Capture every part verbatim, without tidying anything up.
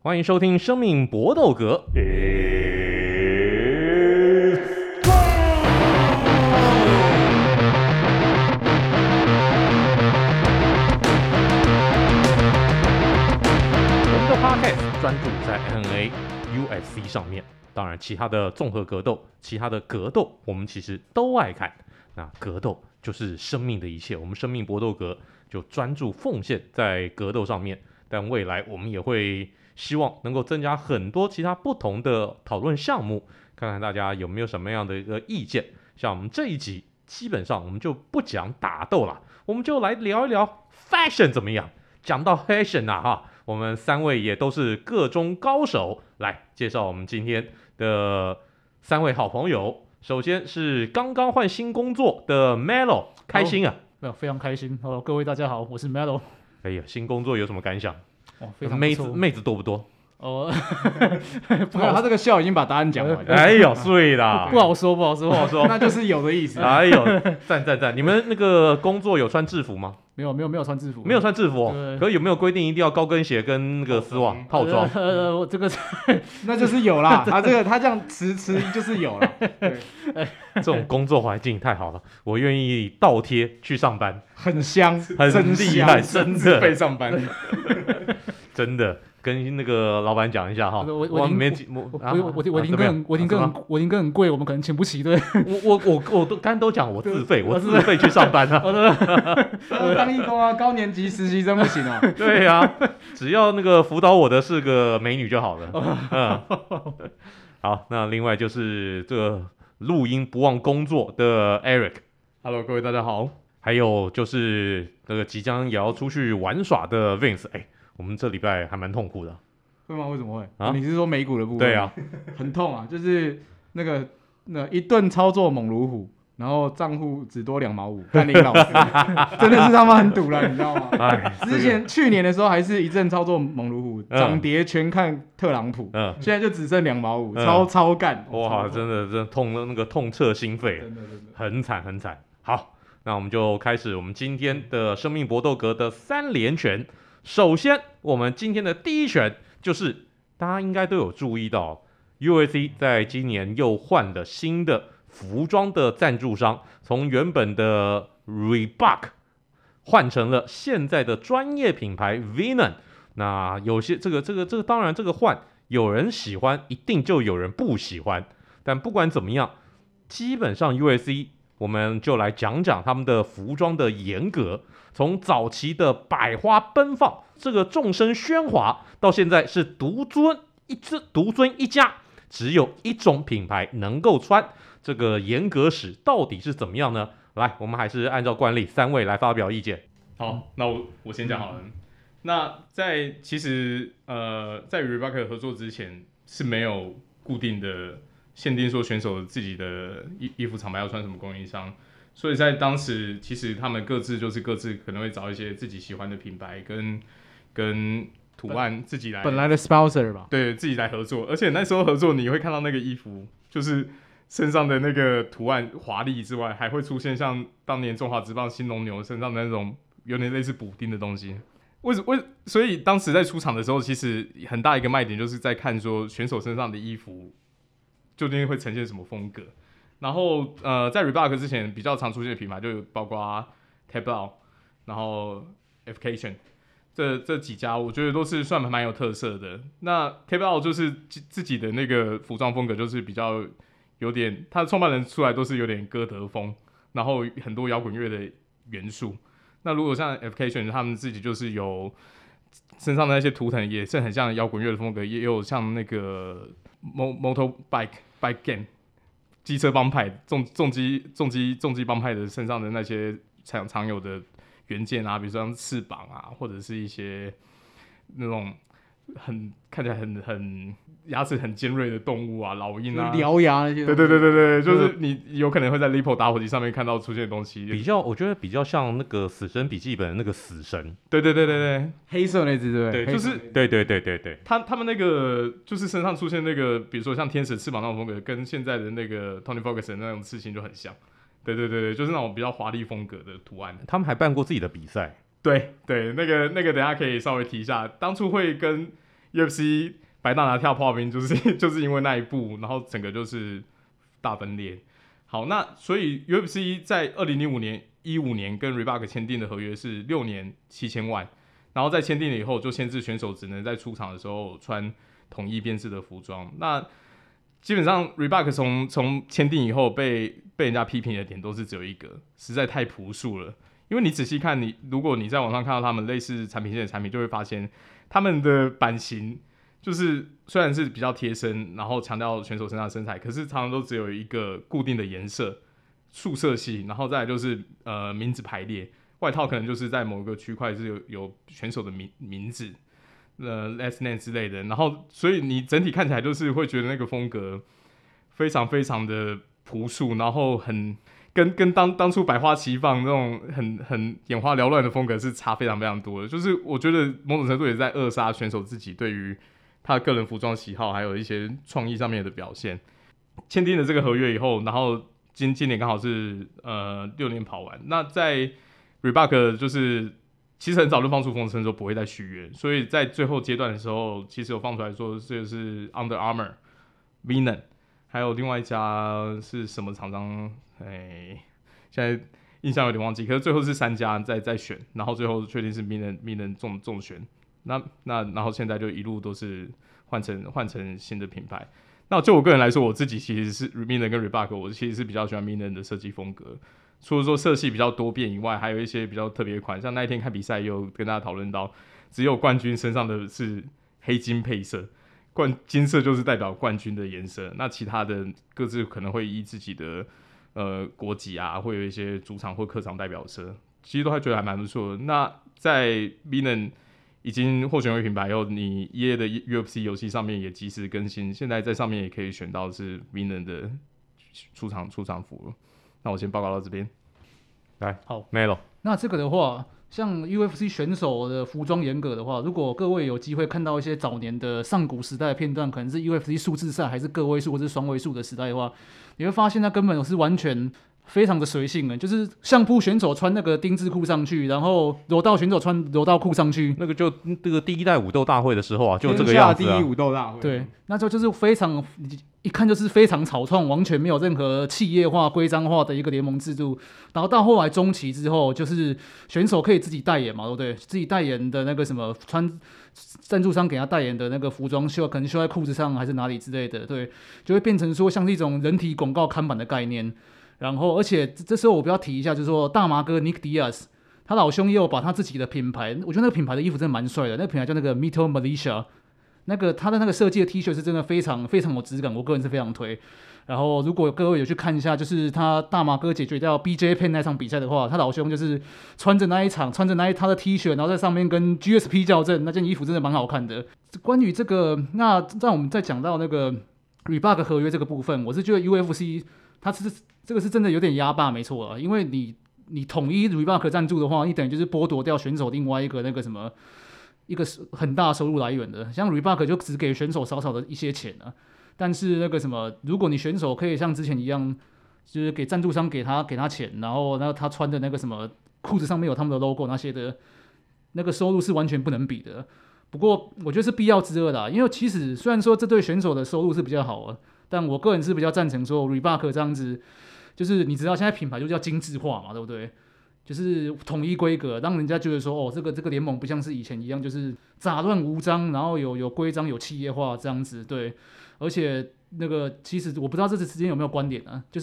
欢迎收听《生命搏斗格》。我们的 Podcast 专注在 M M A、U F C 上面，当然其他的综合格斗、其他的格斗，我们其实都爱看。那格斗就是生命的一切，我们生命搏斗格就专注奉献在格斗上面，但未来我们也会希望能够增加很多其他不同的讨论项目，看看大家有没有什么样的一个意见。像我们这一集基本上我们就不讲打斗了，我们就来聊一聊 fashion 怎么样。讲到 fashion 啊哈，我们三位也都是各中高手，来介绍我们今天的三位好朋友。首先是刚刚换新工作的 Melo， 开心啊！ 没有，非常开心。哦，各位大家好，我是 Melo。 哎呀，新工作有什么感想？ 哦，非常不错。 妹子妹子多不多？ 哦， 不好，他这个笑已经把答案讲完了。 哎呦，碎啦！ 不好说，不好说， 不好说， 那就是有的意思。 哎呦，赞赞赞！你们那个工作有穿制服吗？ 没有，没有，没有穿制服， 没有穿制服哦。可有没有规定一定要高跟鞋跟那个丝袜套装？ 呃，我这个那就是有啦。他这个他这样迟迟就是有了。对， 这种工作环境太好了，我愿意倒贴去上班， 很香， 很厉害，真的被上班， 真的。跟那个老板讲一下哈， 我我没我我我我我听歌很我听歌很我听歌很贵，我们可能请不起，对。 我我我我都刚都讲我自费，我自费去上班啊。 当义工啊，高年级实习生不行哦。 对呀、啊，只要那个辅导我的是个美女就好了。嗯，好，那另外就是这个录音不忘工作的 Eric，Hello， 各位大家好。 还有就是那个即将也要出去玩耍的 Vince， 哎。我们这礼拜还蛮痛苦的， 会吗？为什么会？啊、你是说美股的部分？ 对啊， 很痛啊，就是那个那一顿操作猛如虎，然后账户只多两毛五，甘霖老师真的是他妈很赌了，你知道吗？哎，之前、这个、去年的时候还是一阵操作猛如虎，涨、嗯、跌全看特朗普，嗯，现在就只剩两毛五，超超干， 哇，真的真的痛了那个痛彻心扉， 真的真的很惨很惨。好，那我们就开始我们今天的生命搏斗格的三连拳。首先，我们今天的第一拳就是大家应该都有注意到 ，U F C 在今年又换了新的服装的赞助商，从原本的 Reebok 换成了现在的专业品牌 Venom。那有些这个这个这个，当然这个换有人喜欢，一定就有人不喜欢。但不管怎么样，基本上 U F C 我们就来讲讲他们的服装的严格。从早期的百花奔放，这个众声喧哗，到现在是独尊一只独尊一家，只有一种品牌能够穿。这个严格史到底是怎么样呢？来，我们还是按照惯例，三位来发表意见。 好，那我我先讲好了。嗯、那在其实呃，在与 Reebok 合作之前是没有固定的限定说选手自己的衣衣服厂牌要穿什么供应商。所以在当时，其实他们各自就是各自可能会找一些自己喜欢的品牌跟跟图案自己来本来的 sponsor 吧， 对，自己来合作。而且那时候合作，你会看到那个衣服，就是身上的那个图案华丽之外，还会出现像当年中华职棒新龙牛身上的那种有点类似补丁的东西。为为所以当时在出场的时候，其实很大一个卖点就是在看说选手身上的衣服究竟会呈现什么风格。然后，呃，在 Reebok 之前比较常出现的品牌就包括 Tableau， 然后 Efcation 这这几家，我觉得都是算蛮有特色的。那 Tableau 就是自己的那个服装风格，就是比较有点，他的创办人出来都是有点歌德风，然后很多摇滚乐的元素。那如果像 Efcation， 他们自己就是有身上的那些图腾也是很像摇滚乐的风格，也有像那个 Motorbike Bike Gang。机车帮派、重重机、重机、重机帮派的身上的那些常常有的元件啊，比如说像翅膀啊，或者是一些那种很看起来很很牙齿很尖锐的动物啊，老鹰啊， 獠牙那些。 对对对对对，就是你有可能会在 Lipo 打火机上面看到出现的东西， 比较我觉得比较像那个《死神笔记本》的那个死神。 对对对对对， 黑色那只对不对？ 对，就是对对对对对。 他他们那个就是身上出现那个，比如说像天使翅膀那种风格，跟现在的那个 Tony Ferguson 那种刺青就很像。对对对对，就是那种比较华丽风格的图案。 他们还办过自己的比赛。 对对，那个那个等一下可以稍微提一下，当初会跟 U F C 白大拿跳炮兵就是就是因为那一部，然后整个就是大分裂。好，那所以 U F C 在二零零五年、一五年跟 Reebok 签订的合约是六年七千万，然后在签订了以后就限制选手只能在出场的时候穿统一辨识的服装。那基本上 Reebok 从从签订以后被被人家批评的点都是只有一个，实在太朴素了。因为你仔细看你，如果你在网上看到他们类似产品线的产品，就会发现他们的版型就是虽然是比较贴身，然后强调选手身上的身材，可是常常都只有一个固定的颜色、素色系，然后再来就是呃名字排列，外套可能就是在某个区块是有有选手的名名字。呃 last name 之类的，然后所以你整体看起来就是会觉得那个风格非常非常的朴素，然后很跟跟当当初百花齐放那种很很眼花缭乱的风格是差非常非常多的。就是我觉得某种程度也在扼杀选手自己对于他的个人服装喜好还有一些创意上面的表现。签订了这个合约以后，然后今今年刚好是呃六年跑完，那在 Reebok 就是其实很早就放出风声说不会再续约，所以在最后阶段的时候，其实有放出来说这个是 Under Armour、Venom， 还有另外一家是什么厂商？哎，现在印象有点忘记。可是最后是三家在在选，然后最后确定是 Venom 中中选。那那然后现在就一路都是换成换成新的品牌。那就我个人来说，我自己其实是 Venom 跟 Reebok， 我其实是比较喜欢 Venom 的设计风格。除了说色系比较多变以外，还有一些比较特别的款，像那一天看比赛也有跟大家讨论到，只有冠军身上的是黑金配色，冠金色就是代表冠军的颜色，那其他的各自可能会依自己的呃国籍啊，会有一些主场或客场代表色，其实都还觉得还蛮不错的。那在 Venom 已经获选为品牌后，你 E A 的 U F C 游戏上面也及时更新，现在在上面也可以选到是 Venom 的出场出场服了。那我先报告到这边， 来， 好 Melo。 那这个的话，像 U F C 选手的服装严格的话，如果各位有机会看到一些早年的上古时代的片段，可能是 U F C 数字赛还是个位数或是双位数的时代的话，你会发现它根本是完全非常的随性的，就是相扑选手穿那个丁字裤上去，然后柔道选手穿柔道裤上去， 那个就这个第一代武斗大会的时候啊，就这个样子啊。 天下第一武斗大会。 对，那就就是非常一看就是非常草创，完全没有任何企业化、规章化的一个联盟制度。然后到后来中期之后，就是选手可以自己代言嘛，对不对？自己代言的那个什么穿赞助商给他代言的那个服装秀，可能秀在裤子上还是哪里之类的，对，就会变成说像是一种人体广告看板的概念。然后，而且这时候我不要提一下，就是说大麻哥 Nick Diaz， 他老兄也有把他自己的品牌，我觉得那个品牌的衣服真的蛮帅的，那个品牌叫那个 Mito Militia。那个他的那个设计的 T 恤是真的非常非常有质感，我个人是非常推。然后如果各位有去看一下，就是他大马哥解决掉 B J Penn 那场比赛的话，他老兄就是穿着那一场穿着那一他的 T 恤，然后在上面跟 G S P 校正，那件衣服真的蛮好看的。关于这个，那让我们再讲到那个 Reebok 合约这个部分，我是觉得 U F C 它是这个是真的有点压霸，没错啊，因为你你统一 Reebok 赞助的话，你等于就是剥夺掉选手另外一个那个什么。一个很大收入来源的，像 Reebok 就只给选手少少的一些钱啊，但是那个什么，如果你选手可以像之前一样，就是给赞助商给他给他钱，然后那他穿的那个什么裤子上面有他们的 logo 那些的，那个收入是完全不能比的。不过我觉得是必要之恶啦，因为其实虽然说这对选手的收入是比较好的，但我个人是比较赞成说 Reebok 这样子，就是你知道现在品牌就叫精致化嘛，对不对？就是统一规格，让人家觉得说，哦，这个这个联盟不像是以前一样，就是杂乱无章，然后有有规章、有企业化这样子，对。而且那个其实我不知道这次之间有没有关联啊，就是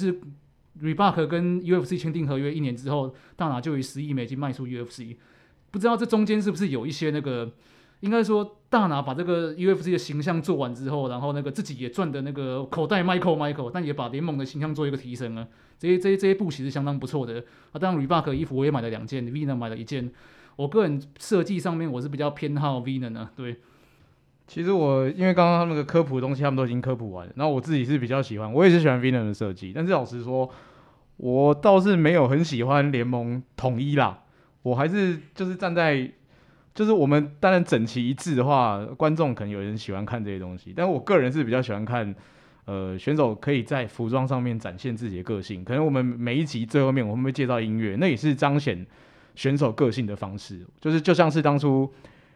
Reebok 跟 U F C 签订合约一年之后，大拿就以十亿美金卖出 U F C， 不知道这中间是不是有一些那个，应该说大拿把这个 U F C 的形象做完之后，然后那个自己也赚的那个口袋 Michael Michael， 但也把联盟的形象做一个提升啊。这些这些这些布其实相当不错的啊，当然 Reebok 衣服我也买了两件 ，Venom 买了一件。我个人设计上面我是比较偏好 Venom 的，对。 其实我因为刚刚他们那个科普的东西他们都已经科普完了，然后我自己是比较喜欢，我也是喜欢 Venom 的设计，但是老实说，我倒是没有很喜欢联盟统一啦，我还是就是站在，就是我们当然整齐一致的话，观众可能有人喜欢看这些东西，但我个人是比较喜欢看。呃，选手可以在服装上面展现自己的个性，可能我们每一集最后面我们会介绍音乐，那也是彰显选手个性的方式。就是就像是当初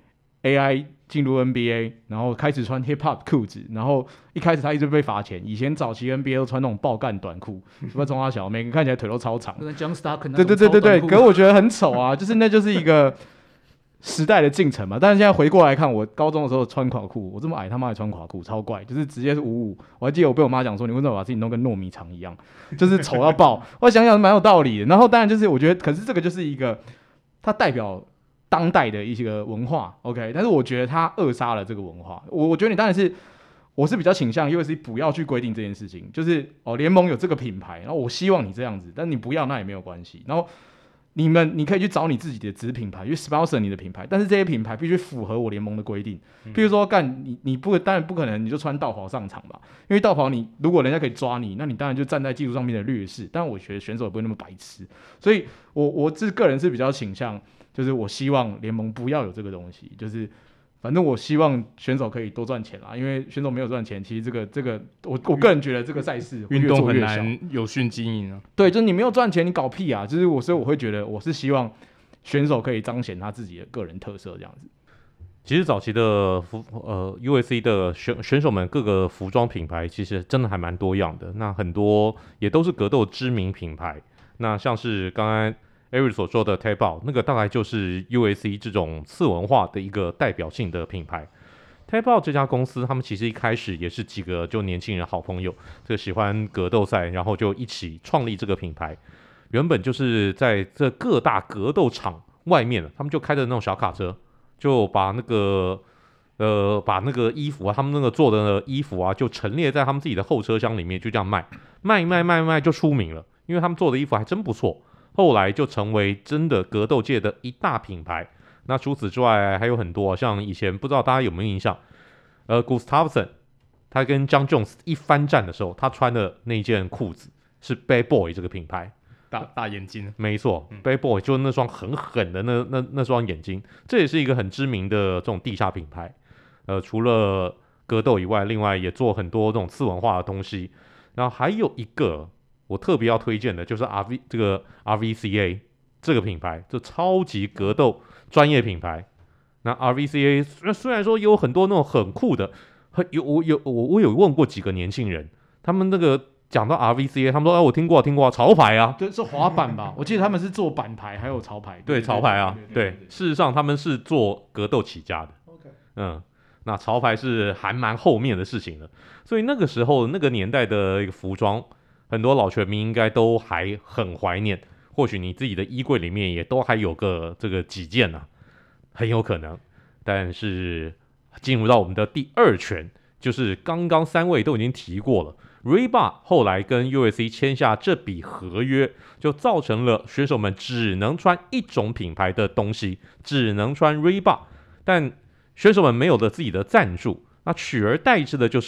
A I 进入 N B A， 然后开始穿 Hip Hop 裤子，然后一开始他一直被罚钱。以前早期 N B A 都穿那种爆干短裤，不知道中华小，每个人看起来腿都超长。 跟 John Stockton 对对对对对，可是我觉得很丑啊，就是那就是一个时代的进程嘛。但是现在回过来看，我高中的时候穿垮裤，我这么矮他妈还穿垮裤，超怪，就是直接是五五。我还记得我被我妈讲说，你为什么把自己弄跟糯米肠一样，就是丑到爆。我想想蛮有道理的。然后当然就是我觉得，可是这个就是一个它代表当代的一些个文化 ，OK， 但是我觉得它扼杀了这个文化。我我觉得你当然是，我是比较倾向 U S C 不要去规定这件事情，就是哦联盟有这个品牌，然后我希望你这样子，但你不要那也没有关系。然后你们你可以去找你自己的子品牌，去 sponsor 你的品牌，但是这些品牌必须符合我联盟的规定。譬如说，干你你不当然不可能你就穿道袍上场吧，因为道袍你如果人家可以抓你，那你当然就站在技术上面的劣势。但我觉得选手也不会那么白痴，所以我我这个人是比较倾向。就是我希望联盟不要有这个东西，就是反正我希望选手可以多赚钱啦，因为选手没有赚钱，其实这个这个我我个人觉得这个赛事运动很难有序经营啊。 对，就是你没有赚钱，你搞屁啊！就是我，所以我会觉得我是希望选手可以彰显他自己的个人特色这样子。 其实早期的服呃 U S C 的选选手们各个服装品牌其实真的还蛮多样的，那很多也都是格斗知名品牌。那像是刚刚Eric 所说的 Taibao 那个大概就是 U S C 这种次文化的一个代表性的品牌。Taibao 这家公司，他们其实一开始也是几个就年轻人好朋友，这个喜欢格斗赛，然后就一起创立这个品牌。原本就是在这各大格斗场外面，他们就开着那种小卡车，就把那个呃把那个衣服啊，他们那个做的衣服啊，就陈列在他们自己的后车厢里面，就这样卖，卖卖卖卖就出名了，因为他们做的衣服还真不错。后来就成为真的格斗界的一大品牌。那除此之外还有很多，像以前不知道大家有没有印象，呃 Gustafsson 他跟 John Jones 一番战的时候，他穿的那件裤子是 Bad Boy 这个品牌， 大大眼睛， 没错、嗯、Bad Boy 就是那双很狠的那那那双眼睛，这也是一个很知名的这种地下品牌。呃，除了格斗以外，另外也做很多这种次文化的东西。然后还有一个我特别要推荐的就是 R V 这个 R V C A 这个品牌，这超级格斗专业品牌。那 R V C A 虽然说有很多那种很酷的，很有我有我我有问过几个年轻人，他们那个讲到 R V C A， 他们说哎我听过听过潮牌啊， 对，是滑板吧？我记得他们是做板牌还有潮牌， 对潮牌啊，对, 对, 对, 对, 对，事实上他们是做格斗起家的。 OK， 嗯。那潮牌是还蛮后面的事情了，所以那个时候那个年代的一个服装，很多老拳迷应该都还很怀念。或许你自己的衣柜里面也都还有个这个几件啊，很有可能。但是进入到我们的第二拳，就是刚刚三位都已经提过了 ，Reebok 后来跟 U S C 签下这笔合约，就造成了选手们只能穿一种品牌的东西，只能穿 Reebok， 但选手们没有了自己的赞助，那取而代之的就是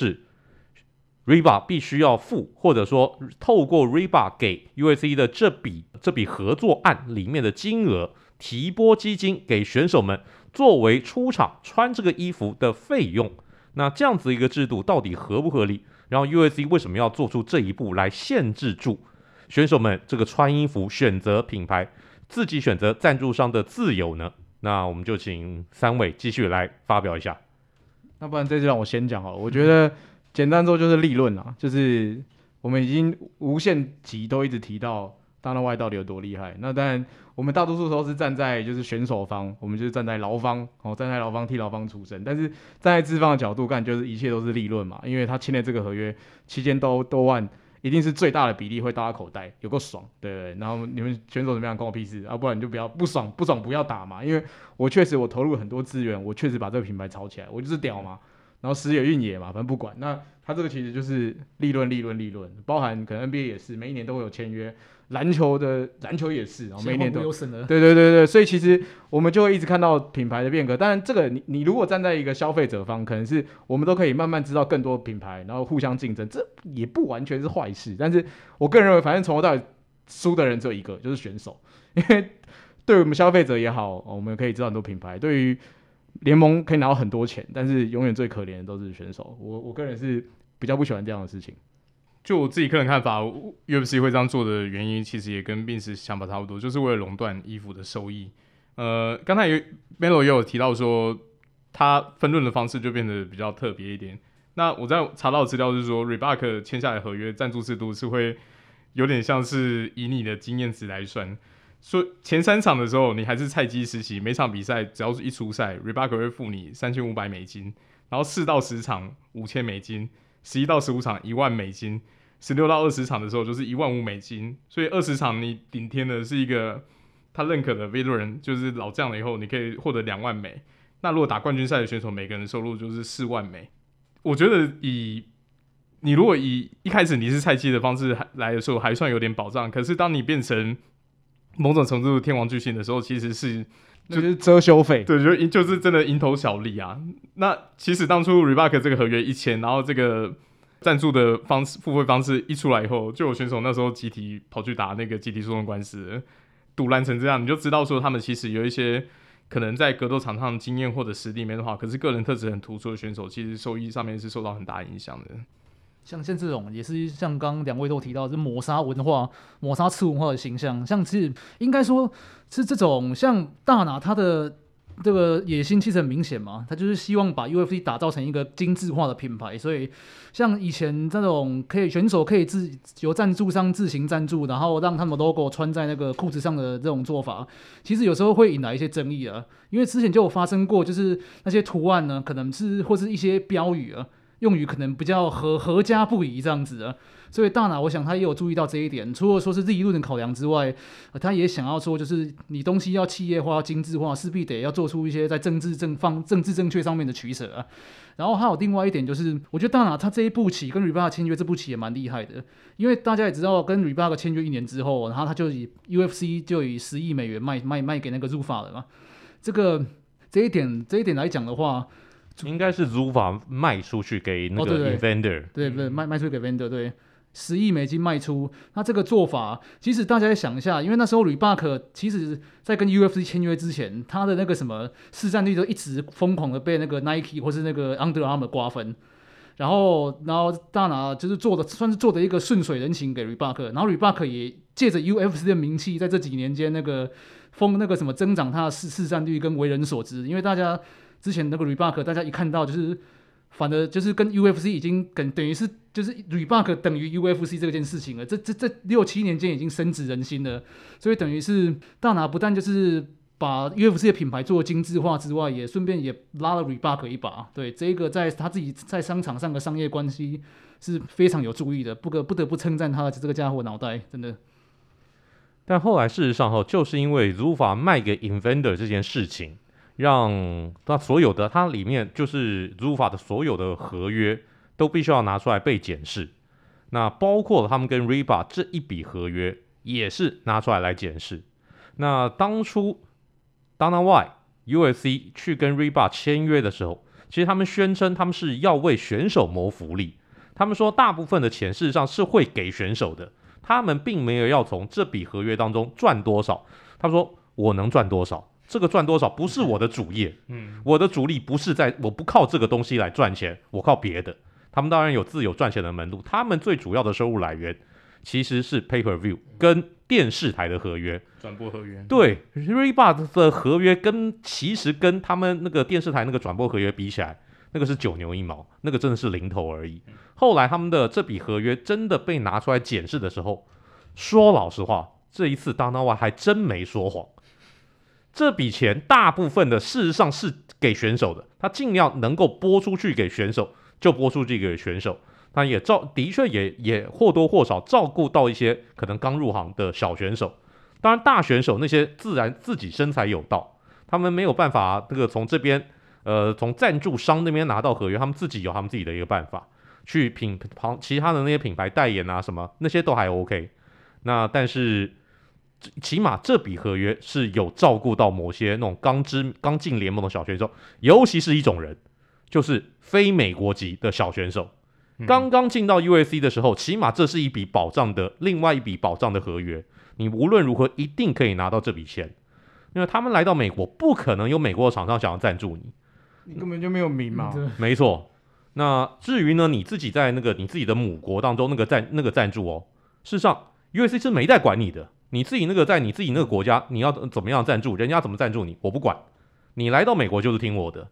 Reebok 必须要付，或者说透过 Reebok 给 U S C 的这笔这笔合作案里面的金额提拨基金给选手们作为出场穿这个衣服的费用。那这样子一个制度到底合不合理？然后 U S C 为什么要做出这一步来限制住选手们这个穿衣服选择品牌、自己选择赞助商的自由呢？那我们就请三位继续来发表一下。 那不然这就让我先讲好了。我觉得简单说就是利润啦，就是我们已经无限集都一直提到大内外到底有多厉害。那当然我们大多数时候是站在就是选手方，我们就是站在劳方，哦，站在劳方替劳方出身。但是站在资方的角度看，就是一切都是利润嘛，因为他签了这个合约七千多多万。一定是最大的比例会到他口袋，有够爽，对不对？然后你们选手怎么样，关我屁事啊！不然你就不要不爽，不爽不要打嘛。因为我确实我投入很多资源，我确实把这个品牌炒起来，我就是屌嘛。然后时也运也嘛，反正不管。那他这个其实就是利润，利润，利润，包含可能 N B A 也是，每一年都会有签约。篮球的篮球也是，每一年都有省了。 对对对对，所以其实我们就会一直看到品牌的变革。当然，这个你你如果站在一个消费者方，可能是我们都可以慢慢知道更多品牌，然后互相竞争，这也不完全是坏事。但是我个人认为，反正从头到尾输的人只有一个，就是选手。因为对于我们消费者也好，我们可以知道很多品牌，对于联盟可以拿到很多钱，但是永远最可怜的都是选手。我我个人是比较不喜欢这样的事情。 就我自己个人看法 ，U F C 会这样做的原因，其实也跟Vince想法差不多，就是为了垄断衣服的收益。呃，刚才 Melo 也有提到说， 它分润的方式就变得比较特别一点。那我在查到的资料是说 ，Reebok 签下来合约赞助制度是会有点像是以你的经验值来算，所以前三场的时候你还是菜鸡时期，每场比赛只要是一出赛 ，Reebok 会付你三千五百美金，然后四到十场五千美金，十一到十五场一万美金，十六到二十场的时候就是一万五美金，所以二十场你顶天的是一个他认可的 veteran， 就是老将了以后你可以获得两万美。那如果打冠军赛的选手，每个人的收入就是四万美。我觉得以你如果以一开始你是菜鸡的方式来的时候，还算有点保障。可是当你变成某种程度的天王巨星的时候，其实是就是遮羞费， 对，就就是真的蝇头小利啊。那其实当初 Reebok 这个合约一签，然后这个赞助的方式付费方式一出来以后，就有选手那时候集体跑去打那个集体诉讼官司，赌烂成这样，你就知道说他们其实有一些可能在格斗场上经验或者实力没的话，可是个人特质很突出的选手，其实收益上面是受到很大影响的。 像像这种也是像刚刚两位都提到，是抹杀文化、抹杀次文化的形象。像是应该说是这种像大拿他的这个野心其实很明显嘛，他就是希望把 U F C 打造成一个精致化的品牌。所以像以前这种可以选手可以自由赞助商自行赞助，然后让他们 logo 穿在那个裤子上的这种做法，其实有时候会引来一些争议啊。因为之前就有发生过，就是那些图案呢，可能是或是一些标语啊。用语可能比较合合家不宜这样子啊，所以大拿我想他也有注意到这一点，除了说是利润的考量之外，呃、他也想要说就是你东西要企业化、要精致化，势必得要做出一些在政治正方政治正确上面的取舍啊。然后还有另外一点就是，我觉得大拿他这一步棋跟 Reebok 签约这步棋也蛮厉害的，因为大家也知道跟 Reebok 签约一年之后，然后他就以 U F C 就以十亿美元卖卖卖给那个 Zuffa 了嘛，这个这一点这一点来讲的话。 应该是 Zuffa 卖出去给那个 Evander，、哦、 对 对, 对, 对卖卖出去给 Evander， 对，十亿美金卖出。那这个做法，其实大家想一下，因为那时候 Reebok 其实在跟 U F C 签约之前，他的那个什么市占率都一直疯狂的被那个 Nike 或是那个 Under Armour 瓜分。然后，然后大拿就是做的算是做的一个顺水人情给 Reebok， 然后 Reebok 也借着 U F C 的名气，在这几年间那个疯那个什么增长它的市市占率跟为人所知，因为大家。之前那个 Reebok 大家一看到就是，反而就是跟 U F C 已经等等于是就是 Reebok 等于 U F C 这件事情了，这这这六七年间已经深植人心了，所以等于是大拿不但就是把 U F C 的品牌做精致化之外，也顺便也拉了 Reebok 一把，对这个在他自己在商场上的商业关系是非常有注意的，不可不得不称赞他的这个家伙脑袋，真的。 但后来事实上就是因为 Zuffa 卖给 Evander 这件事情。让他所有的，它里面就是 Zuffa 的所有的合约都必须要拿出来被检视，那包括了他们跟 Reebok 这一笔合约也是拿出来来检视。那当初 Dana White、U F C 去跟 Reebok 签约的时候，其实他们宣称他们是要为选手谋福利，他们说大部分的钱事实上是会给选手的，他们并没有要从这笔合约当中赚多少，他们说我能赚多少。这个赚多少不是我的主业，嗯，我的主力不是在，我不靠这个东西来赚钱，我靠别的。他们当然有自有赚钱的门路，他们最主要的收入来源其实是 pay per view 跟电视台的合约， 转播合约。 对 ，Reebok 的合约跟其实跟他们那个电视台那个转播合约比起来，那个是九牛一毛，那个真的是零头而已。后来他们的这笔合约真的被拿出来检视的时候，说老实话，这一次 Dana White 还真没说谎。这笔钱大部分的事实上是给选手的，他尽量能够拨出去给选手就拨出去给选手，他也照的确也也或多或少照顾到一些可能刚入行的小选手，当然大选手那些自然自己身材有道，他们没有办法这个从这边呃从赞助商那边拿到合约，他们自己有他们自己的一个办法去品其他的那些品牌代言啊什么那些都还 OK， 那但是。起码这笔合约是有照顾到某些那种刚知刚进联盟的小选手，尤其是一种人，就是非美国籍的小选手，刚刚进到 U F C 的时候，起码这是一笔保障的另外一笔保障的合约，你无论如何一定可以拿到这笔钱，因为他们来到美国，不可能有美国的厂商想要赞助你， 你根本就没有名嘛。 没错。那至于呢，你自己在那个你自己的母国当中那个赞那个赞助哦，事实上 U F C 是没在管你的。你自己那个在你自己那个国家，你要怎么样赞助，人家怎么赞助你，我不管。你来到美国就是听我的。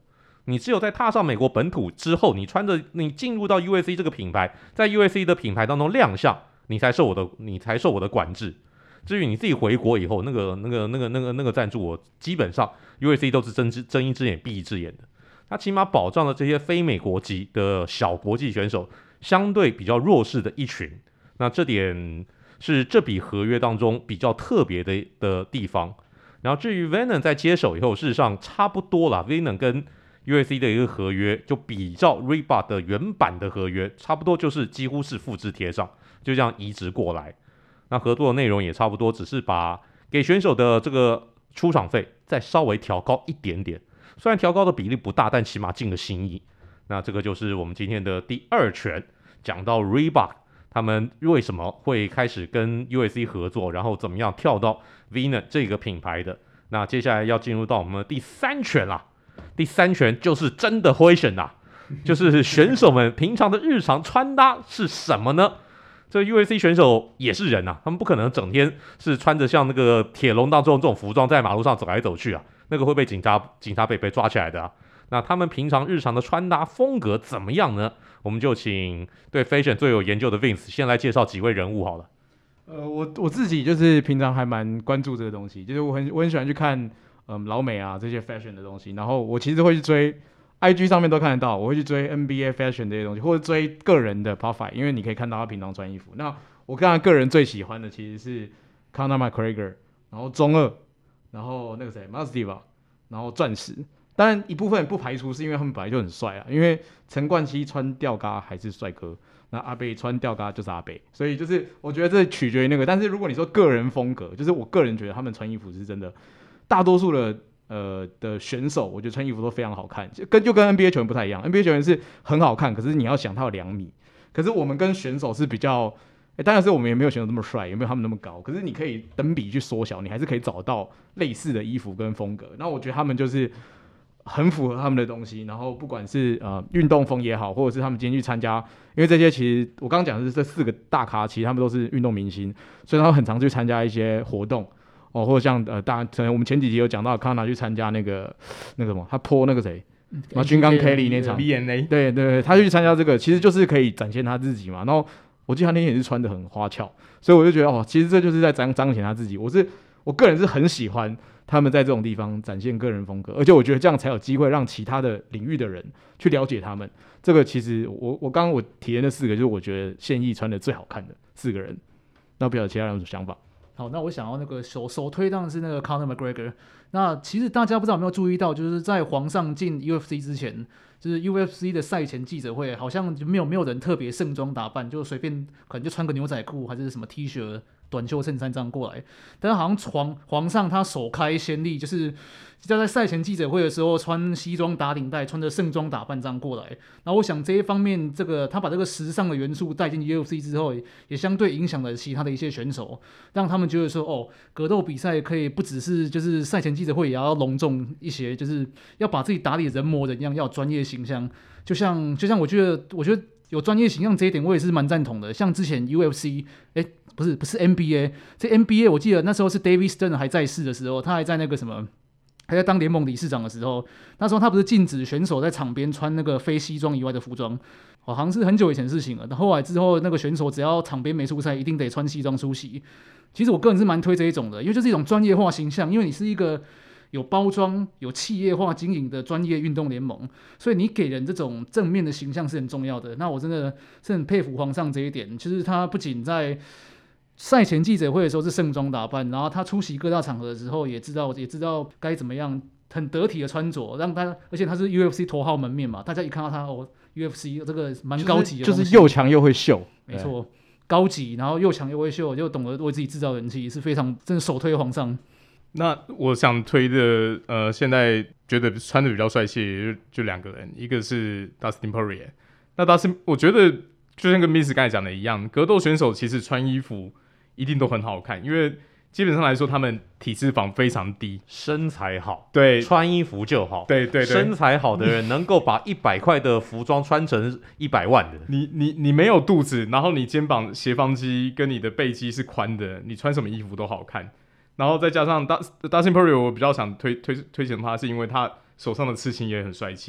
你只有在踏上美国本土之后，你穿着你进入到 U F C 这个品牌，在 U F C 的品牌当中亮相，你才受我的你才受我的管制。至于你自己回国以后，那个那个那个那个那个赞助，我基本上 U F C 都是睁只睁一只眼闭一只眼的。它起码保障了这些非美国籍的小国际选手相对比较弱势的一群。那这点是这笔合约当中比较特别的的地方。然后至于 Venom 在接手以后，事实上差不多啦 Venom 跟 U F C 的一个合约就比照 Reebok 的原版的合约，差不多就是几乎是复制贴上，就这样移植过来。那合作的内容也差不多，只是把给选手的这个出场费再稍微调高一点点，虽然调高的比例不大，但起码尽个心意。那这个就是我们今天的第二拳，讲到 Reebok 他们为什么会开始跟 U F C 合作，然后怎么样跳到 Venom 这个品牌的。那接下来要进入到我们的第三拳啦，第三拳就是真的灰选啦，就是选手们平常的日常穿搭是什么呢？这 U F C 选手也是人啊，他们不可能整天是穿着像那个铁笼当中这种服装在马路上走来走去啊，那个会被警察警察被被抓起来的啊。那他们平常日常的穿搭风格怎么样呢？我们就请对 fashion 最有研究的 Vince 先来介绍几位人物好了。 呃，我我自己就是平常还蛮关注这个东西，就是我很我很喜欢去看嗯老美啊这些 fashion 的东西，然后我其实会去追。I G 上面都看得到，我会去追 N B A fashion 这些东西，或者追个人的 profile， 因为你可以看到他平常穿衣服。那我个人个人最喜欢的其实是 Conor McGregor， 然后中二，然后那个谁 Masvidal， 然后钻石。当然一部分不排除是因为他们本来就很帅啊，因为陈冠希穿吊嘎还是帅哥，那阿贝穿吊嘎就是阿贝，所以就是我觉得这取决于那个。但是如果你说个人风格，就是我个人觉得他们穿衣服是真的，大多数的。呃的选手，我觉得穿衣服都非常好看，就跟就跟 N B A 球员不太一样。N B A 球员是很好看，可是你要想他有两米，可是我们跟选手是比较，欸、当然是我们也没有选手那么帅，也没有他们那么高，可是你可以等比去缩小，你还是可以找到类似的衣服跟风格。那我觉得他们就是很符合他们的东西，然后不管是呃运动风也好，或者是他们今天去参加，因为这些其实我刚刚讲的是这四个大咖，其实他们都是运动明星，所以他们很常去参加一些活动。哦，或者像呃，大可能我们前几集有讲到，康纳去参加那个那个什么，他泼那个谁，然后金刚 Kelly 那场 V N A， 对对，他就去参加这个，其实就是可以展现他自己嘛。然后我记得他那天也是穿得很花俏，所以我就觉得哦，其实这就是在彰彰显他自己。我是我个人是很喜欢他们在这种地方展现个人风格，而且我觉得这样才有机会让其他的领域的人去了解他们。这个其实我我刚刚我提的那四个，就是我觉得现役穿的最好看的四个人。那不晓得其他人有什么想法？ 好，那我想要那个首首推当然是那个 Conor McGregor。那其实大家不知道有没有注意到，就是在皇上进 U F C 之前，就是 U F C 的赛前记者会，好像就没有没有人特别盛装打扮，就随便可能就穿个牛仔裤还是什么 T 恤、短袖衬衫这样过来。但是好像皇皇上他首开先例，就是要在赛前记者会的时候穿西装打领带，穿着盛装打扮这样过来。然后我想这一方面，这个他把这个时尚的元素带进 U F C 之后，也, 也相对影响了其他的一些选手，让他们觉得说，哦，格斗比赛可以不只是就是赛前记者会也要隆重一些，就是要把自己打理人模人样，要有专业形象。就像就像我觉得，我觉得有专业形象这一点，我也是蛮赞同的。像之前 U F C， 哎，不是不是 N B A， 这 N B A 我记得那时候是 David Stern 还在世的时候，他还在那个什么。还在当联盟理事长的时候，那时候他不是禁止选手在场边穿那个非西装以外的服装，好像是很久以前的事情了。后来之后，那个选手只要场边没出赛，一定得穿西装出席。其实我个人是蛮推这一种的，因为就是一种专业化形象，因为你是一个有包装、有企业化经营的专业运动联盟，所以你给人这种正面的形象是很重要的。那我真的是很佩服皇上这一点，就是他不仅在赛前记者会的时候是盛装打扮，然后他出席各大场合的时候也知道也知道该怎么样很得体的穿着，让他，而且他是 U F C 头号门面嘛，大家一看到他哦 U F C 这个蛮高级的东西， 就是又强又会秀， 没错，高级，然后又强又会秀，就懂得为自己制造人气，是非常真的首推皇上。 那我想推的，呃，现在觉得穿的比较帅气，就就两个人，一个是 Dustin Poirier。那 Dustin， 我觉得就像跟 Miss 刚才讲的一样，格斗选手其实穿衣服一定都很好看，因为基本上来说，他们体脂肪非常低， 身材好， 对， 穿衣服就好， 对对对， 身材好的人能够把一百块的服装穿成一百万的。 你你你没有肚子，然后你肩膀斜方肌跟你的背肌是宽的，你穿什么衣服都好看。然后再加上 Dustin Poirier， 我比较想推推推荐他，是因为他手上的刺青也很帅气。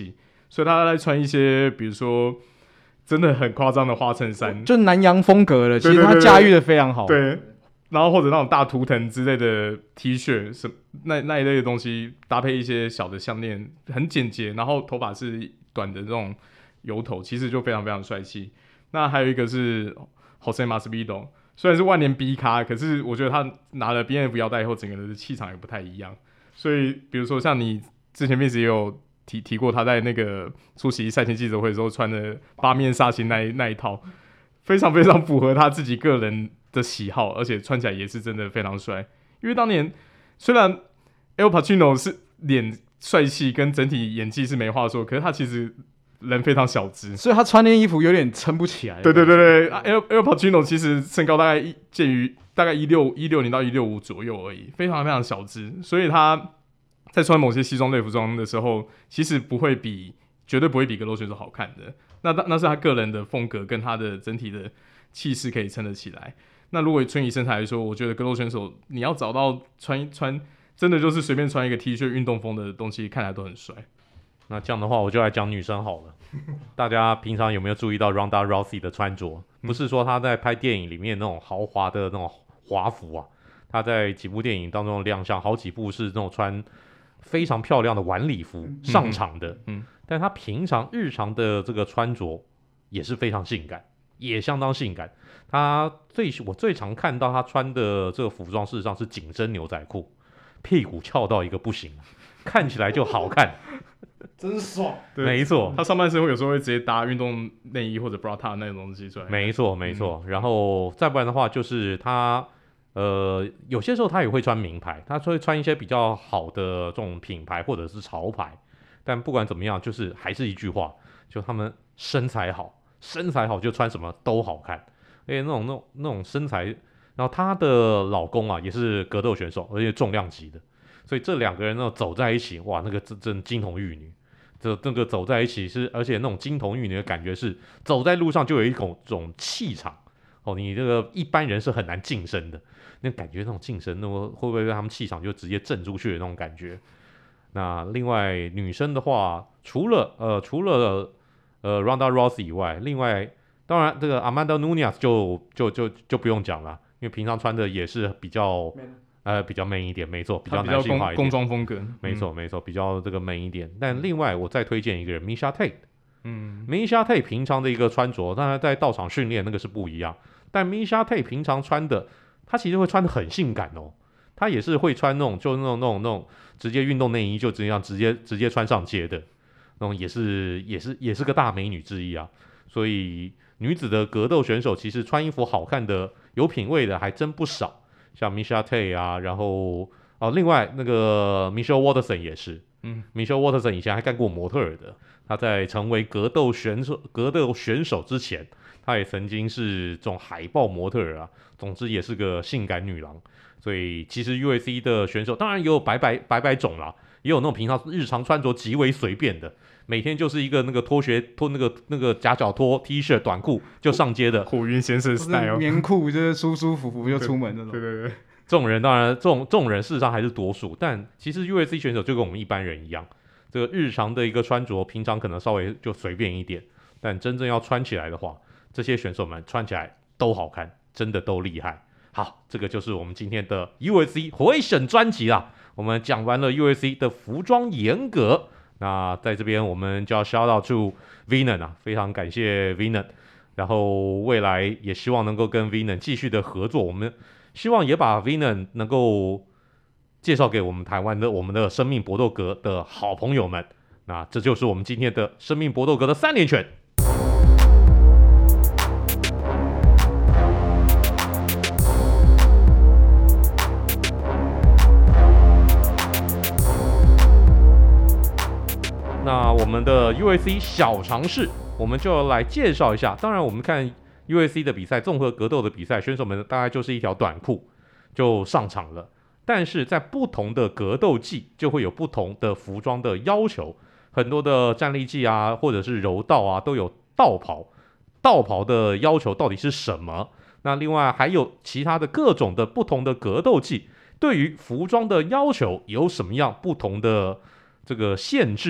所以他在穿一些比如说真的很夸张的花衬衫， 就南洋风格的，其实对对对对他驾驭的非常好。 对，然后或者那种大图腾之类的 T 恤，什那那一类的东西，搭配一些小的项链，很简洁，然后头发是短的这种油头，其实就非常非常帅气。那还有一个是 Jose Masvidal， 虽然是万年 B 咖，可是我觉得他拿了 B N F 腰带以后，整个人的气场也不太一样。所以比如说像你之前 Vince 也有提提过，他在那个出席赛前记者会的时候穿的八面煞星那一那一套，非常非常符合他自己个人的喜好，而且穿起来也是真的非常帅。因为当年虽然 Al Pacino 是脸帅气跟整体演技是没话说，可是他其实人非常小只， 所以他穿那衣服有点撑不起来。 对对对对、啊、Al, Al Pacino 其实身高大概介于大概一六一六零到一六五左右而已，非常非常小只，所以他在穿某些西装类服装的时候，其实不会比绝对不会比格斗选手好看的。那那是他个人的风格跟他的整体的气势可以撑得起来。那如果春以身材来说，我觉得格斗选手你要找到穿穿真的就是随便穿一个 T 恤运动风的东西，看起来都很帅。 那这样的话，我就来讲女生好了。大家平常有没有注意到 Ronda Rousey 的穿着？不是说她在拍电影里面那种豪华的那种华服啊，她在几部电影当中亮相，好几部是那种穿非常漂亮的晚礼服上场的。嗯，但她平常日常的这个穿着也是非常性感，也相当性感。她最我最常看到她穿的这个服装，事实上是紧身牛仔裤，屁股翘到一个不行，看起来就好看。 真爽， 没错， 他上半身会有时候会直接搭运动内衣或者 bra top 那种东西出来。 没错，没错、嗯。然后再不然的话，就是他呃，有些时候他也会穿名牌，他会穿一些比较好的这种品牌或者是潮牌。但不管怎么样，就是还是一句话，就他们身材好，身材好就穿什么都好看。而且那种那种那种身材，然后她的老公啊也是格斗选手，而且重量级的。所以这两个人呢走在一起，哇，那个真真金童玉女，这那个走在一起是，而且那种金童玉女的感觉是，走在路上就有一种种气场哦，你这个一般人是很难近身的，那感觉那种近身，那么会不会让他们气场就直接震出去的那种感觉？那另外女生的话，除了呃除了呃 Ronda Rousey 以外，另外当然这个 Amanda Nunes 就就就就不用讲了，因为平常穿的也是比较。呃，比较 man 一点，没错，比较男性化一点， 工装风格， 没错、嗯、没错，比较这个 man 一点。但另外我再推荐一个人 Miesha Tate， 嗯 ，Miesha Tate 平常的一个穿着，当然在道场训练那个是不一样，但 Miesha Tate 平常穿的，他其实会穿的很性感哦，他也是会穿那种就那种那种那种直接运动内衣就这样直接直接穿上街的那种，也是也是也是个大美女之一啊。所以女子的格斗选手其实穿衣服好看的、有品味的还真不少。像 Miesha Tate 啊，然后哦，另外那个 Michelle Waterson 也是，嗯 ，Michelle Waterson 以前还干过模特儿的。他在成为格斗选手、格斗选手之前，他也曾经是这种海报模特儿啊。总之也是个性感女郎。所以其实 U F C 的选手当然也有百百百百种啦，也有那种平常日常穿着极为随便的，每天就是一个那个拖鞋拖那个那个夹脚拖 T 恤短裤就上街的火云先生 style， 棉裤就是舒舒服服就出门那种。 对对对， 这种人当然这种这种人事实上还是多数，但其实 U F C 选手就跟我们一般人一样，这个日常的一个穿着，平常可能稍微就随便一点，但真正要穿起来的话，这些选手们穿起来都好看，真的都厉害。好，这个就是我们今天的 U F C 回审专辑啦。我们讲完了 U F C 的服装严格，那在这边我们就要 shout out to Venom 啊，非常感谢 Venom， 然后未来也希望能够跟 Venom 继续的合作，我们希望也把 Venom 能够介绍给我们台湾的我们的生命搏斗格的好朋友们。那这就是我们今天的生命搏斗格的三连拳。那我们的 U F C 小常识，我们就来介绍一下。当然，我们看 U F C 的比赛，综合格斗的比赛，选手们大概就是一条短裤就上场了。但是在不同的格斗技，就会有不同的服装的要求。很多的站立技啊，或者是柔道啊，都有道袍。道袍的要求到底是什么？那另外还有其他的各种的不同的格斗技，对于服装的要求有什么样不同的这个限制呢？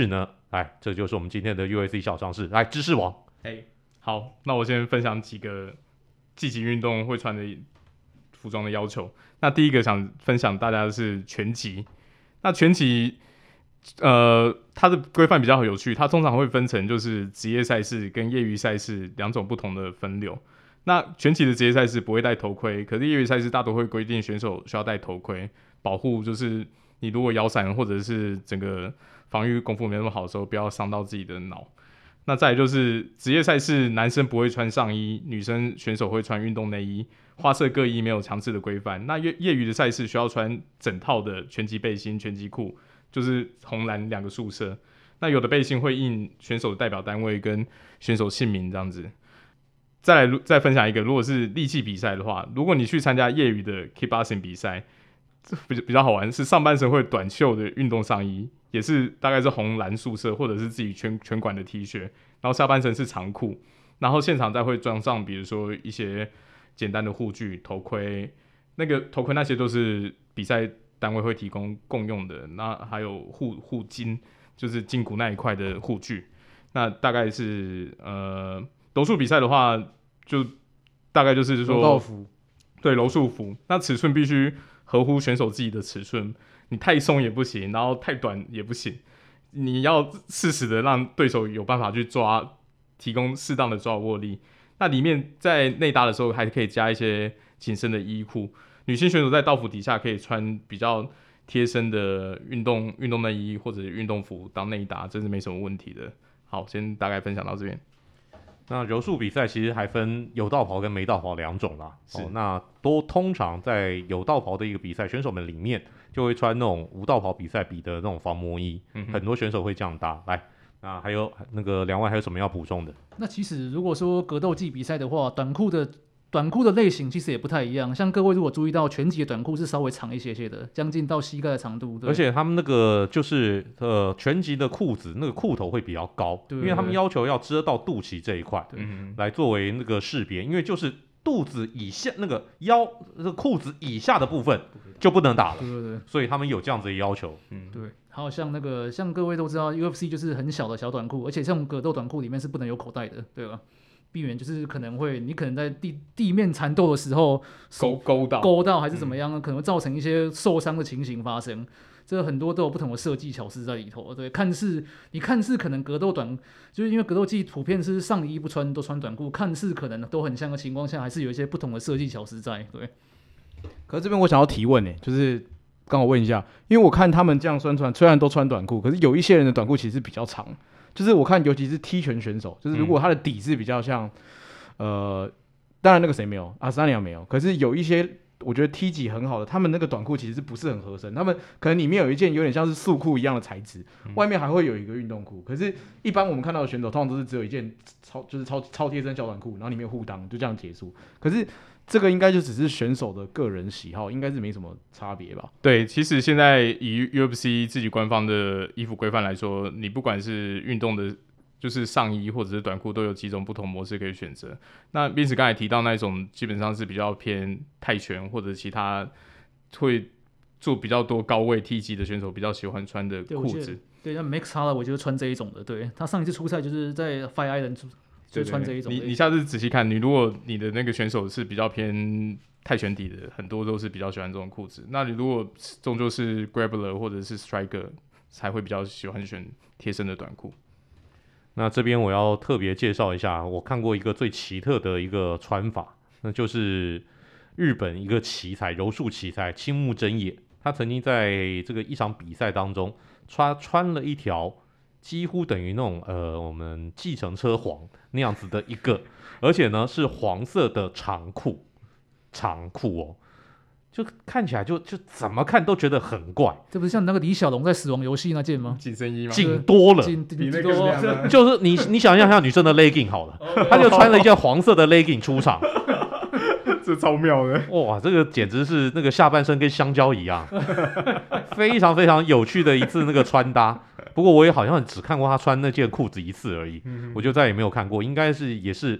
来，这就是我们今天的 U A C 小常识，来知识王。 哎，好，那我先分享几个积极运动会穿的服装的要求。那第一个想分享大家的是拳击。那拳击，呃，它的规范比较有趣，它通常会分成就是职业赛事跟业余赛事两种不同的分流。那拳击的职业赛事不会戴头盔，可是业余赛事大多会规定选手需要戴头盔，保护就是你如果摇闪或者是整个防御功夫没那么好的时候，不要伤到自己的脑。那再来就是职业赛事，男生不会穿上衣，女生选手会穿运动内衣，花色各异，没有强制的规范。那业业余的赛事需要穿整套的拳击背心、拳击裤，就是红蓝两个素色。那有的背心会印选手的代表单位跟选手姓名这样子。再来再分享一个，如果是力气比赛的话，如果你去参加业余的 kickboxing 比赛，比比较好玩，是上半身会短袖的运动上衣，也是大概是红蓝素色，或者是自己拳拳馆的 T 恤，然后下半身是长裤，然后现场再会装上比如说一些简单的护具、头盔，那个头盔那些都是比赛单位会提供共用的，那还有护护筋，就是筋骨那一块的护具，那大概是呃柔术比赛的话，就大概就是说柔道服， 对柔术服，那尺寸必须合乎选手自己的尺寸，你太松也不行，然后太短也不行，你要适时的让对手有办法去抓，提供适当的抓握力。那里面在内搭的时候还可以加一些紧身的衣裤，女性选手在道服底下可以穿比较贴身的运动运动内衣或者运动服当内搭，这是没什么问题的。好，先大概分享到这边。 那柔术比赛其实还分有道袍跟没道袍两种啦。 是哦，那都通常在有道袍的一个比赛，选手们里面就会穿那种无道袍比赛比的那种防磨衣， 嗯、 很多选手会这样搭。来，那还有那个两位还有什么要补充的？ 那其实如果说格斗技比赛的话，短裤的短裤的类型其实也不太一样。像各位如果注意到，拳击的短裤是稍微长一些些的，将近到膝盖的长度。对， 而且他们那个就是呃拳击的裤子，那个裤头会比较高， 对， 因为他们要求要遮到肚脐这一块， 嗯， 来作为那个识别，因为就是肚子以下那个腰这个裤子以下的部分就不能打了， 对对对， 所以他们有这样子的要求。 嗯， 对。还有像那个，像各位都知道 ，U F C 就是很小的小短裤，而且这种格斗短裤里面是不能有口袋的，对吧？避免就是可能会，你可能在地地面缠斗的时候勾勾到勾到还是怎么样，嗯、可能会造成一些受伤的情形发生。这很多都有不同的设计巧思在里头。对，看似你看似可能格斗短，就是因为格斗技普遍是上衣不穿都穿短裤，看似可能都很像的情况下，还是有一些不同的设计巧思在。对。 可是这边我想要提问呢、欸，就是刚好问一下，因为我看他们这样宣传，虽然都穿短裤，可是有一些人的短裤其实比较长。就是我看，尤其是踢拳选手，就是如果他的底是比较像，嗯、呃，当然那个谁没有，阿斯拉尼亚没有，可是有一些我觉得踢击很好的，他们那个短裤其实不是很合身，他们可能里面有一件有点像是束裤一样的材质， 嗯、 外面还会有一个运动裤。可是，一般我们看到的选手通常都是只有一件超就是超超贴身小短裤，然后里面护裆，就这样结束。可是这个应该就只是选手的个人喜好，应该是没什么差别吧？ 对，其实现在以 U F C 自己官方的衣服规范来说，你不管是运动的，就是上衣或者是短裤，都有几种不同模式可以选择。那Vince刚才提到那一种，基本上是比较偏泰拳或者其他会做比较多高位踢击的选手比较喜欢穿的裤子。 对，像 Max Holloway 我就是穿这一种的。对，他上一次出赛就是在 Fight Island。就穿这一种， 你你下次仔细看，你如果你的那个选手是比较偏泰拳底的，很多都是比较喜欢这种裤子。那你如果终究是 Grappler 或者是 Striker， 才会比较喜欢选贴身的短裤。 那这边我要特别介绍一下，我看过一个最奇特的一个穿法，那就是日本一个奇才柔术奇才青木真也，他曾经在这个一场比赛当中穿穿了一条。几乎等于那种呃，我们计程车黄那样子的一个，而且呢是黄色的长裤，长裤哦，就看起来就就怎么看都觉得很怪。 这不是像那个李小龙在死亡游戏那件吗？ 紧身衣吗？ 紧多了， 紧比那个就是你你想象一下女生的 legging 好了，她就穿了一件黄色的 legging 出场。 这超妙的， 哇，这个简直是那个下半身跟香蕉一样，非常非常有趣的一次那个穿搭。不过我也好像只看过他穿那件裤子一次而已，嗯、我就再也没有看过，应该是也是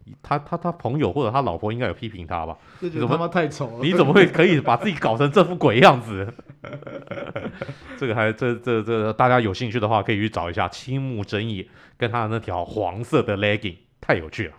他他他朋友或者他老婆应该有批评他吧？ 就觉得他妈太丑了。 你怎么会可以把自己搞成这副鬼样子？这个还这这这，大家有兴趣的话，可以去找一下青木真也跟他的那条黄色的 legging， 太有趣了。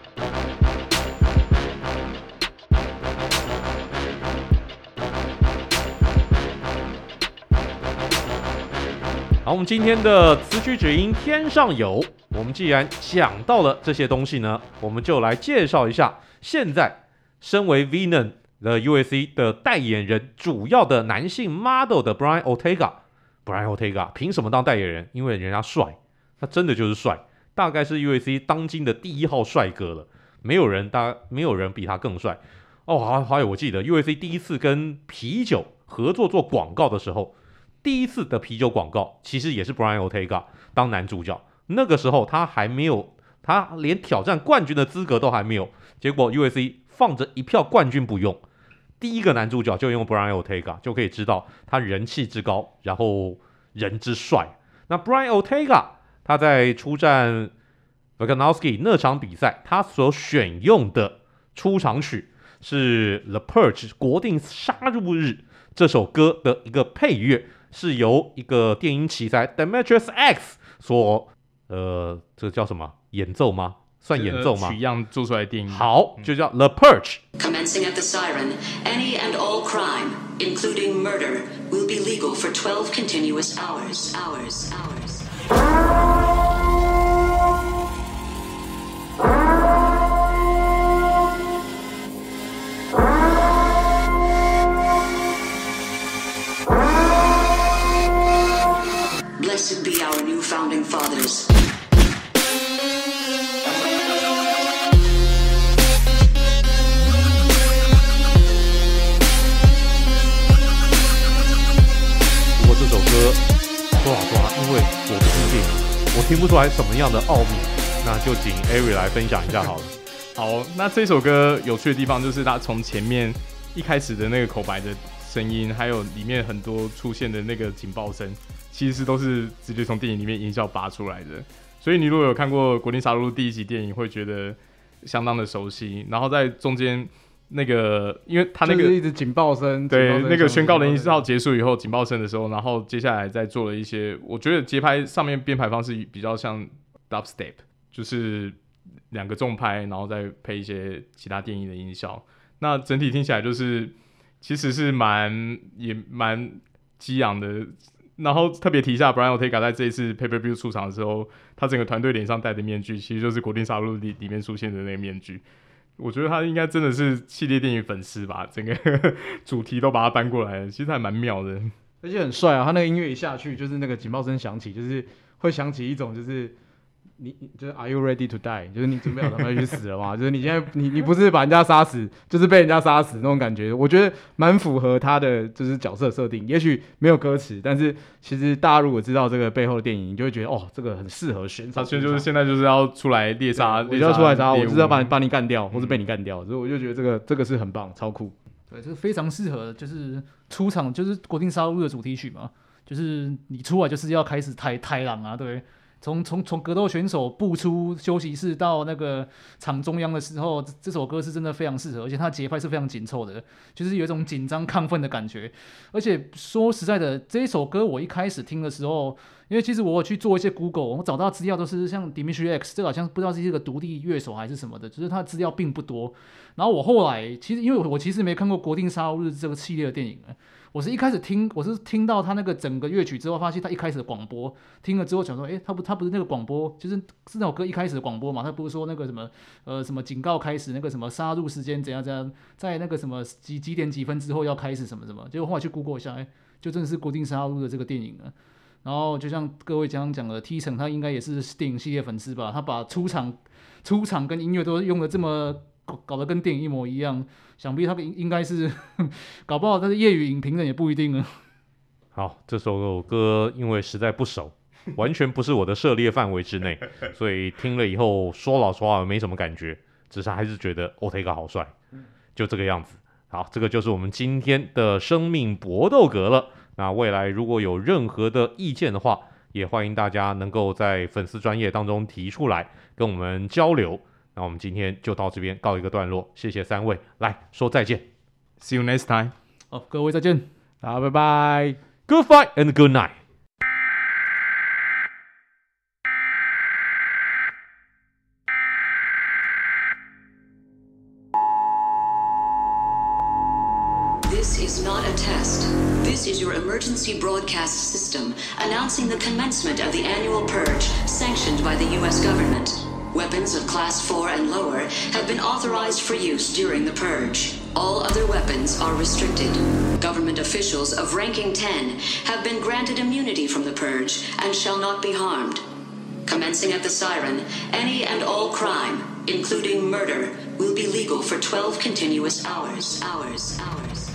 好，我们今天的词曲只应天上有。我们既然讲到了这些东西呢，我们就来介绍一下现在身为 Venom 的 U S C 的代言人，主要的男性 model 的 Brian Ortega。Brian Ortega 凭什么当代言人？因为人家帅，他真的就是帅，大概是 U S C 当今的第一号帅哥了，没有人大没有人比他更帅。哦，好，还有我记得 U S C 第一次跟啤酒合作做广告的时候。第一次的啤酒广告其实也是 Brian Ortega 当男主角，那个时候他还没有，他连挑战冠军的资格都还没有，结果 U S C 放着一票冠军不用，第一个男主角就用 Brian Ortega， 就可以知道他人气之高，然后人之帅。那 Brian Ortega 他在出战 Volkanovski 那场比赛，他所选用的出场曲是 The Purge 国定杀戮日这首歌的一个配乐。是由一个电音奇才 Demetrius X 所呃，这个叫什么演奏吗？算演奏吗？ 取样做出来的电影。 好，就叫 The Purge。 Commencing at the siren, any and all crime, including murder, will be legal for twelve continuous hours. Hours. Hours. Blessed be our new founding fathers. 不过这首歌说好说好，因为我不听电影，我听不出来什么样的奥秘，那就请 Ari 来分享一下好了。 好，那这首歌有趣的地方就是它从前面一开始的那个口白的声音，还有里面很多出现的那个警报声。其实都是直接从电影里面音效拔出来的，所以你如果有看过《国定杀戮》第一集电影，会觉得相当的熟悉。然后在中间那个，因为他那个就是一直警报声， 对， 警报声那个宣告的音效结束以后，警报声的时候，然后接下来再做了一些，我觉得节拍上面编排方式比较像 dubstep， 就是两个重拍，然后再配一些其他电音的音效。那整体听起来就是其实是蛮也蛮激昂的。然后特别提一下 Brian Ortega 在这一次 Pay-Per-View 出场的时候，他整个团队脸上戴的面具其实就是国定杀戮里里面出现的那个面具。我觉得他应该真的是系列电影粉丝吧，整个主题都把它搬过来了，其实还蛮妙的， 而且很帅啊！他那个音乐一下去，就是那个警报声响起，就是会响起一种就是你就是 Are you ready to die？ 就是你准备好他们去死了吗？就是你现在你你不是把人家杀死，就是被人家杀死那种感觉。我觉得蛮符合他的就是角色设定。也许没有歌词，但是其实大家如果知道这个背后的电影，你就会觉得哦，这个很适合选手。 他就是现在就是要出来猎杀， 我就要出来杀，我就是要把你把你干掉，或是被你干掉。所以我就觉得这个这个是很棒，超酷。 对，这个非常适合，就是出场就是国定杀戮的主题曲嘛，就是你出来就是要开始抬抬狼啊，对。从从从格斗选手步出休息室到那个场中央的时候，这首歌是真的非常适合，而且它的节拍是非常紧凑的，就是有一种紧张亢奋的感觉。而且说实在的，这一首歌我一开始听的时候，因为其实我有去做一些 Google， 我找到资料都是像 Dimitri X， 这个好像不知道是一个独立乐手还是什么的，就是他的资料并不多。然后我后来其实因为我其实没看过《国定杀戮日》这个系列的电影，我是一开始听，我是听到他那个整个乐曲之后，发现他一开始的广播听了之后，想说，哎，他不，他不是那个广播，就是是那首歌一开始的广播嘛，他不是说那个什么，呃，什么警告开始，那个什么杀戮时间怎样怎样，在那个什么几几点几分之后要开始什么什么，结果后来去 Google 一下，哎，就真的是国定杀戮的这个电影了。然后就像各位刚刚讲的 ，T 城他应该也是电影系列粉丝吧，他把出场出场跟音乐都用的这么搞得跟电影一模一样。想必他应该是搞不好他是业余影评人也不一定啊。 好，这首歌因为实在不熟，完全不是我的涉猎范围之内，所以听了以后说老实话没什么感觉，只是还是觉得 Ortega 好帅，就这个样子。好，这个就是我们今天的生命搏斗格了。那未来如果有任何的意见的话，也欢迎大家能够在粉丝专页当中提出来跟我们交流。 那我们今天就到这边告一个段落，谢谢三位，来说再见。 See you next time。 好，各位再见， 大家拜拜。 Good fight and good night. This is not a test. This is your emergency broadcast system announcing the commencement of the annual purge sanctioned by the U S government. Weapons of Class four and lower have been authorized for use during the purge. All other weapons are restricted. Government officials of ranking ten have been granted immunity from the purge and shall not be harmed. Commencing at the siren, any and all crime, including murder, will be legal for twelve continuous hours. Hours. Hours.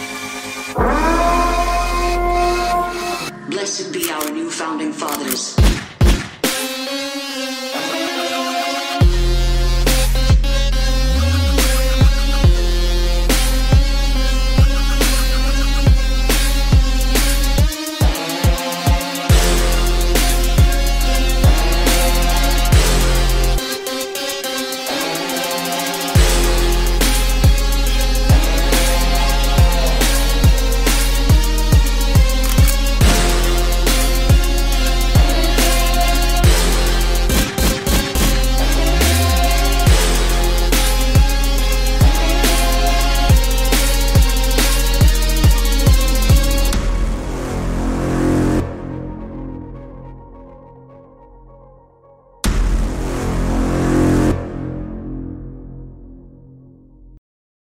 Blessed be our new founding fathers.